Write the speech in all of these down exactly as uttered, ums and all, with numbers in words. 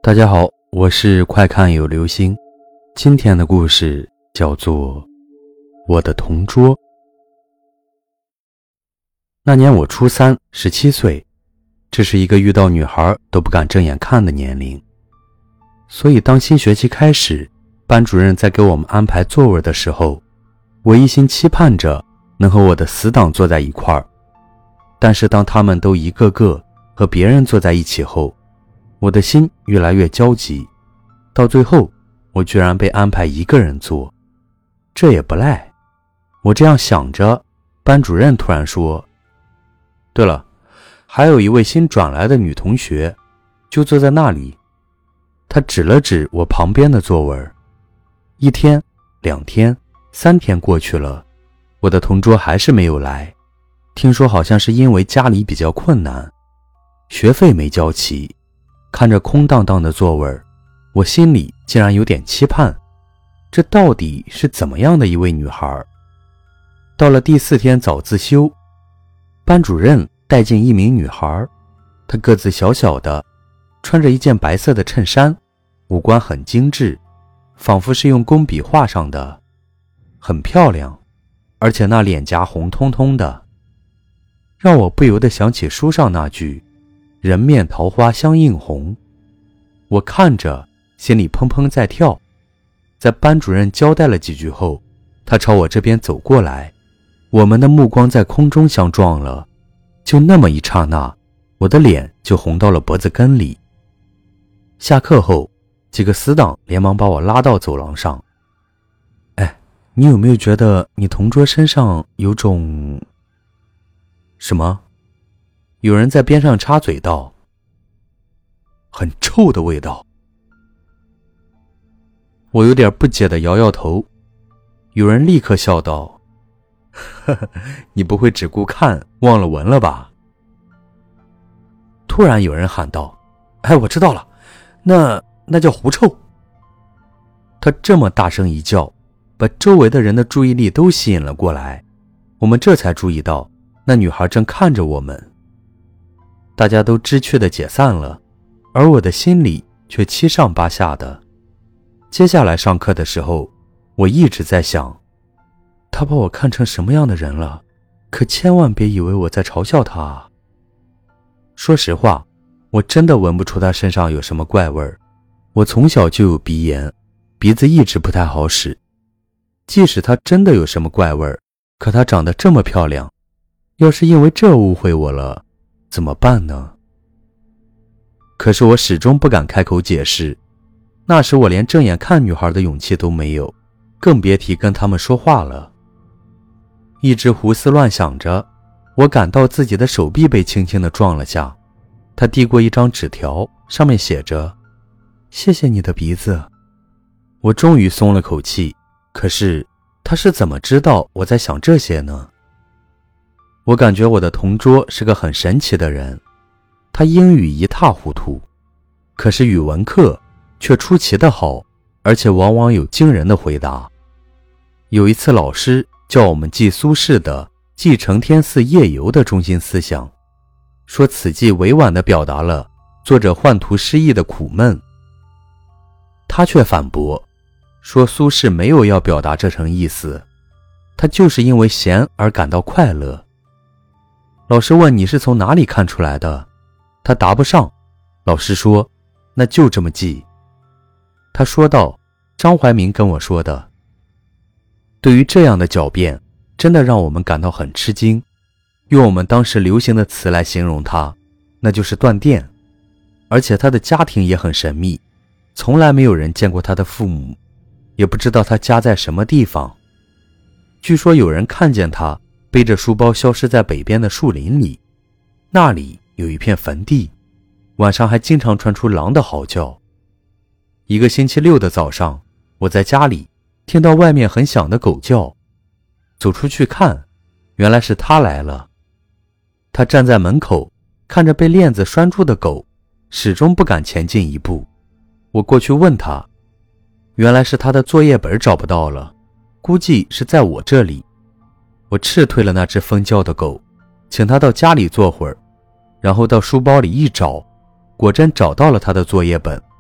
大家好，我是快看有流星。今天的故事叫做我的同桌。那年我初三，十七岁，这是一个遇到女孩都不敢正眼看的年龄。所以当新学期开始，班主任在给我们安排座位的时候，我一心期盼着能和我的死党坐在一块儿。但是当他们都一个个和别人坐在一起后，我的心越来越焦急，到最后我居然被安排一个人坐。这也不赖。我这样想着，班主任突然说，对了，还有一位新转来的女同学，就坐在那里。他指了指我旁边的座位。一天、两天、三天过去了，我的同桌还是没有来。听说好像是因为家里比较困难，学费没交齐。看着空荡荡的座位，我心里竟然有点期盼，这到底是怎么样的一位女孩？到了第四天早自修，班主任带进一名女孩，她个子小小的，穿着一件白色的衬衫，五官很精致，仿佛是用工笔画上的，很漂亮，而且那脸颊红彤彤的，让我不由得想起书上那句人面桃花相映红。我看着心里砰砰在跳。在班主任交代了几句后，他朝我这边走过来，我们的目光在空中相撞了，就那么一刹那，我的脸就红到了脖子根里。下课后，几个死党连忙把我拉到走廊上。哎，你有没有觉得你同桌身上有种……什么？有人在边上插嘴道，很臭的味道。我有点不解地摇摇头。有人立刻笑道，呵呵，你不会只顾看忘了闻了吧？突然有人喊道，哎，我知道了，那那叫狐臭。他这么大声一叫，把周围的人的注意力都吸引了过来。我们这才注意到那女孩正看着我们。大家都知趣地解散了，而我的心里却七上八下的。接下来上课的时候，我一直在想，他把我看成什么样的人了？可千万别以为我在嘲笑他。说实话，我真的闻不出他身上有什么怪味儿。我从小就有鼻炎，鼻子一直不太好使。即使他真的有什么怪味儿，可他长得这么漂亮，要是因为这误会我了，怎么办呢？可是我始终不敢开口解释，那时我连正眼看女孩的勇气都没有，更别提跟他们说话了。一直胡思乱想着，我感到自己的手臂被轻轻地撞了下。他递过一张纸条，上面写着，谢谢你的鼻子。我终于松了口气，可是他是怎么知道我在想这些呢？我感觉我的同桌是个很神奇的人，他英语一塌糊涂，可是语文课却出奇的好，而且往往有惊人的回答。有一次老师叫我们记苏轼的《记承天寺夜游》的中心思想，说此记委婉地表达了作者宦途失意的苦闷。他却反驳说苏轼没有要表达这层意思，他就是因为闲而感到快乐。老师问你是从哪里看出来的，他答不上。老师说那就这么记。他说道，张怀民跟我说的。对于这样的狡辩，真的让我们感到很吃惊。用我们当时流行的词来形容他，那就是断电。而且他的家庭也很神秘，从来没有人见过他的父母，也不知道他家在什么地方。据说有人看见他背着书包消失在北边的树林里，那里有一片坟地，晚上还经常传出狼的嚎叫。一个星期六的早上，我在家里听到外面很响的狗叫，走出去看，原来是他来了。他站在门口，看着被链子拴住的狗，始终不敢前进一步。我过去问他，原来是他的作业本找不到了，估计是在我这里。我斥退了那只疯叫的狗，请他到家里坐会儿，然后到书包里一找，果真找到了他的作业本。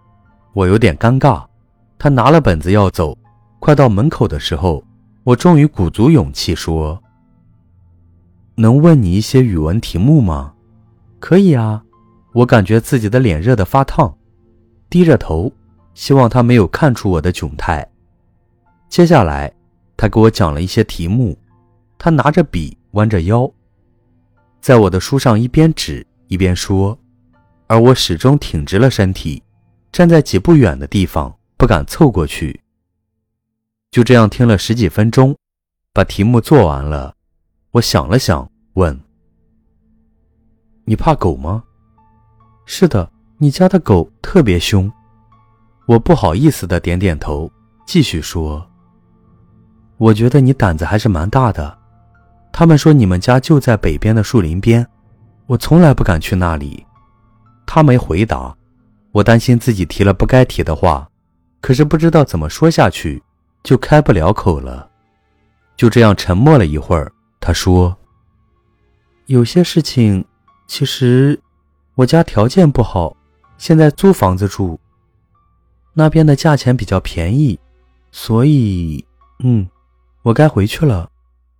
我有点尴尬，他拿了本子要走，快到门口的时候，我终于鼓足勇气说：能问你一些语文题目吗？可以啊。我感觉自己的脸热得发烫，低着头，希望他没有看出我的窘态。接下来他给我讲了一些题目，他拿着笔弯着腰，在我的书上一边指一边说，而我始终挺直了身体，站在几步远的地方，不敢凑过去。就这样听了十几分钟，把题目做完了。我想了想，问：你怕狗吗？是的，你家的狗特别凶。我不好意思地点点头，继续说：我觉得你胆子还是蛮大的。他们说你们家就在北边的树林边，我从来不敢去那里。他没回答，我担心自己提了不该提的话，可是不知道怎么说下去，就开不了口了。就这样沉默了一会儿，他说：有些事情，其实我家条件不好，现在租房子住，那边的价钱比较便宜，所以，嗯，我该回去了。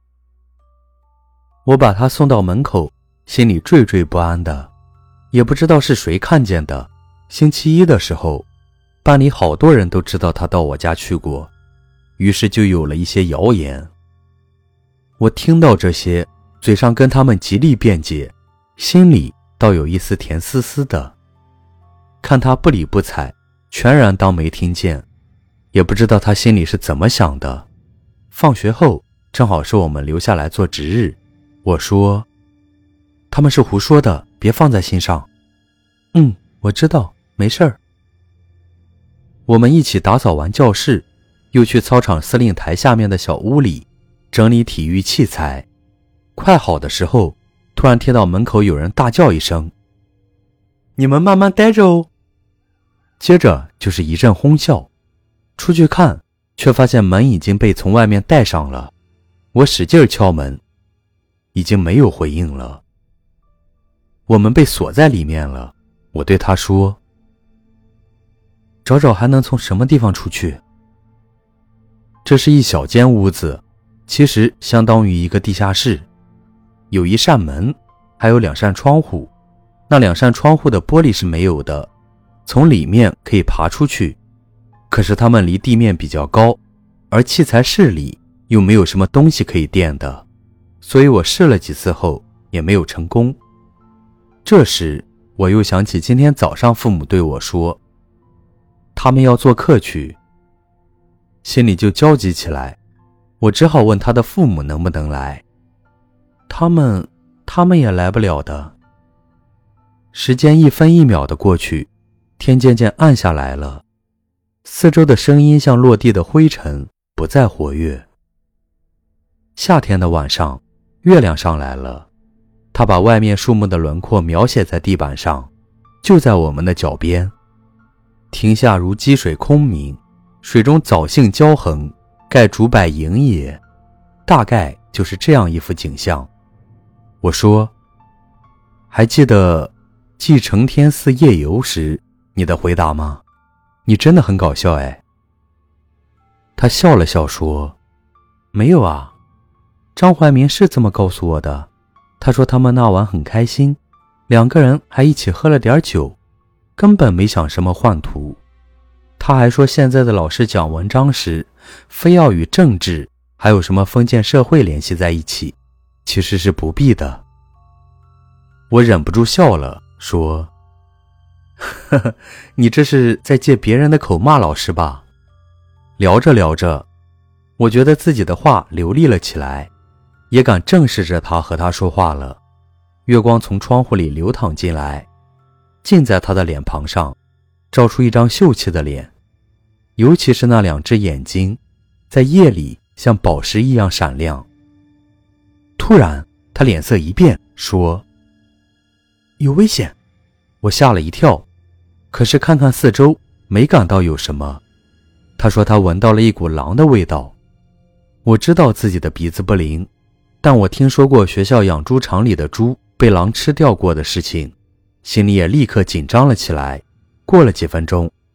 我把他送到门口，心里惴惴不安的，也不知道是谁看见的。星期一的时候，班里好多人都知道他到我家去过，于是就有了一些谣言。我听到这些，嘴上跟他们极力辩解，心里倒有一丝甜丝丝的。看他不理不睬，全然当没听见，也不知道他心里是怎么想的。放学后正好是我们留下来做值日，我说：他们是胡说的，别放在心上。嗯，我知道，没事儿。我们一起打扫完教室，又去操场司令台下面的小屋里整理体育器材。快好的时候，突然听到门口有人大叫一声：你们慢慢待着哦。接着就是一阵哄笑，出去看，却发现门已经被从外面带上了。我使劲敲门，已经没有回应了。我们被锁在里面了。我对他说：找找还能从什么地方出去？这是一小间屋子，其实相当于一个地下室，有一扇门，还有两扇窗户。那两扇窗户的玻璃是没有的，从里面可以爬出去，可是它们离地面比较高，而器材室里又没有什么东西可以垫的，所以我试了几次后也没有成功。这时我又想起今天早上父母对我说他们要做客去，心里就焦急起来。我只好问他的父母能不能来，他们他们也来不了的。时间一分一秒的过去，天渐渐暗下来了，四周的声音像落地的灰尘，不再活跃。夏天的晚上，月亮上来了，它把外面树木的轮廓描写在地板上，就在我们的脚边。庭下如积水空明，水中藻荇交横，盖竹柏影也，大概就是这样一幅景象。我说：还记得继承天寺夜游时你的回答吗？你真的很搞笑哎。他笑了笑说：没有啊，张怀民是这么告诉我的。他说他们那晚很开心，两个人还一起喝了点酒，根本没想什么换图。他还说现在的老师讲文章时非要与政治还有什么封建社会联系在一起，其实是不必的。我忍不住笑了，说：呵呵，你这是在借别人的口骂老师吧？聊着聊着，我觉得自己的话流利了起来，也敢正视着他和他说话了。月光从窗户里流淌进来，浸在他的脸庞上，照出一张秀气的脸，尤其是那两只眼睛，在夜里像宝石一样闪亮。突然他脸色一变，说：有危险。我吓了一跳，可是看看四周，没感到有什么。他说他闻到了一股狼的味道。我知道自己的鼻子不灵，但我听说过学校养猪场里的猪被狼吃掉过的事情，心里也立刻紧张了起来。过了几分钟，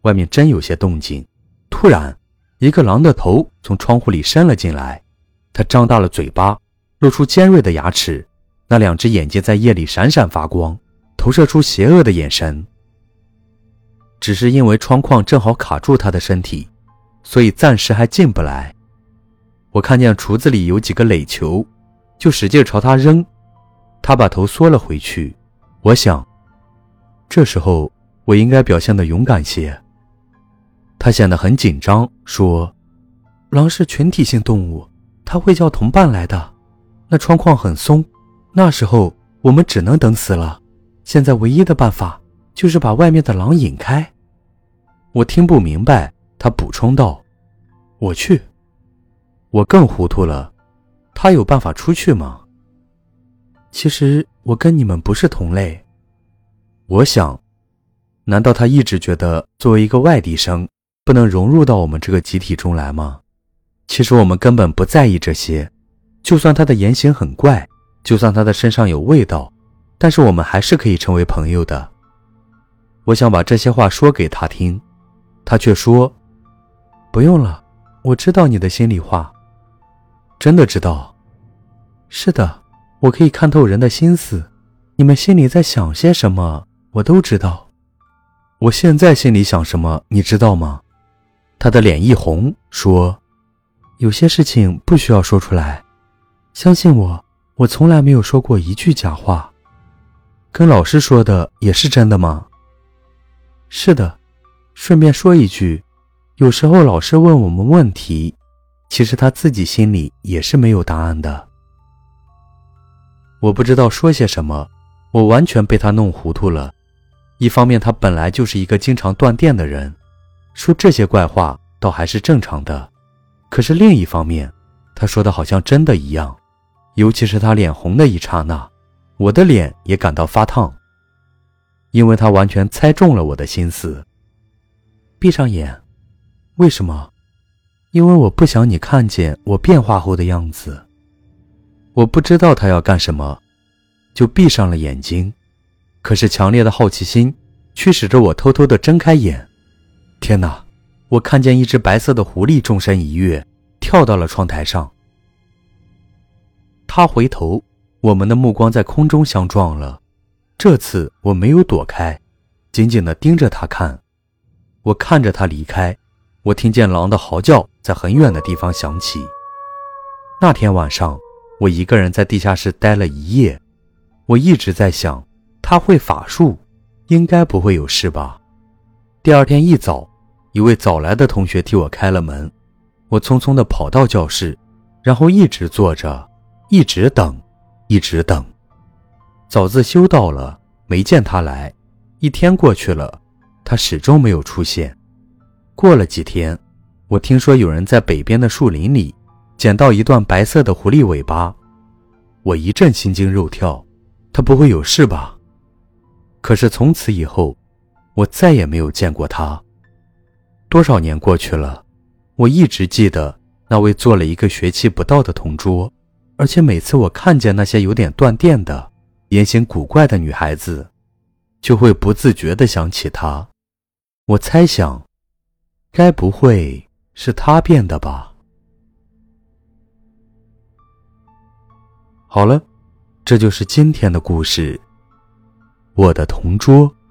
外面真有些动静。突然，一个狼的头从窗户里伸了进来，它张大了嘴巴，露出尖锐的牙齿，那两只眼睛在夜里闪闪发光，投射出邪恶的眼神。只是因为窗框正好卡住它的身体，所以暂时还进不来。我看见橱子里有几个垒球，就使劲朝它扔，它把头缩了回去。我想，这时候我应该表现得勇敢些。他显得很紧张，说：狼是群体性动物，它会叫同伴来的。那窗框很松，那时候我们只能等死了。现在唯一的办法就是把外面的狼引开。我听不明白，他补充道：我去。我更糊涂了，他有办法出去吗？其实我跟你们不是同类。我想，难道他一直觉得作为一个外地生不能融入到我们这个集体中来吗？其实我们根本不在意这些，就算他的言行很怪，就算他的身上有味道，但是我们还是可以成为朋友的。我想把这些话说给他听，他却说：不用了，我知道你的心里话。真的知道？是的，我可以看透人的心思，你们心里在想些什么，我都知道。我现在心里想什么，你知道吗？他的脸一红，说：有些事情不需要说出来，相信我，我从来没有说过一句假话。跟老师说的也是真的吗？是的。顺便说一句，有时候老师问我们问题，其实他自己心里也是没有答案的。我不知道说些什么，我完全被他弄糊涂了。一方面他本来就是一个经常断电的人，说这些怪话倒还是正常的，可是另一方面他说的好像真的一样，尤其是他脸红的一刹那，我的脸也感到发烫，因为他完全猜中了我的心思。闭上眼。为什么？因为我不想你看见我变化后的样子。我不知道他要干什么，就闭上了眼睛。可是强烈的好奇心驱使着我偷偷地睁开眼。天哪，我看见一只白色的狐狸纵身一跃，跳到了窗台上。他回头，我们的目光在空中相撞了。这次我没有躲开，紧紧地盯着他看。我看着他离开，我听见狼的嚎叫在很远的地方响起。那天晚上，我一个人在地下室待了一夜。我一直在想，他会法术，应该不会有事吧。第二天一早，一位早来的同学替我开了门。我匆匆地跑到教室，然后一直坐着，一直等，一直等。早自修到了，没见他来。一天过去了，他始终没有出现。过了几天，我听说有人在北边的树林里捡到一段白色的狐狸尾巴。我一阵心惊肉跳，他不会有事吧？可是从此以后，我再也没有见过他。多少年过去了，我一直记得那位做了一个学期不到的同桌，而且每次我看见那些有点断电的、言行古怪的女孩子，就会不自觉地想起他。我猜想，该不会是他变的吧？好了，这就是今天的故事，我的同桌。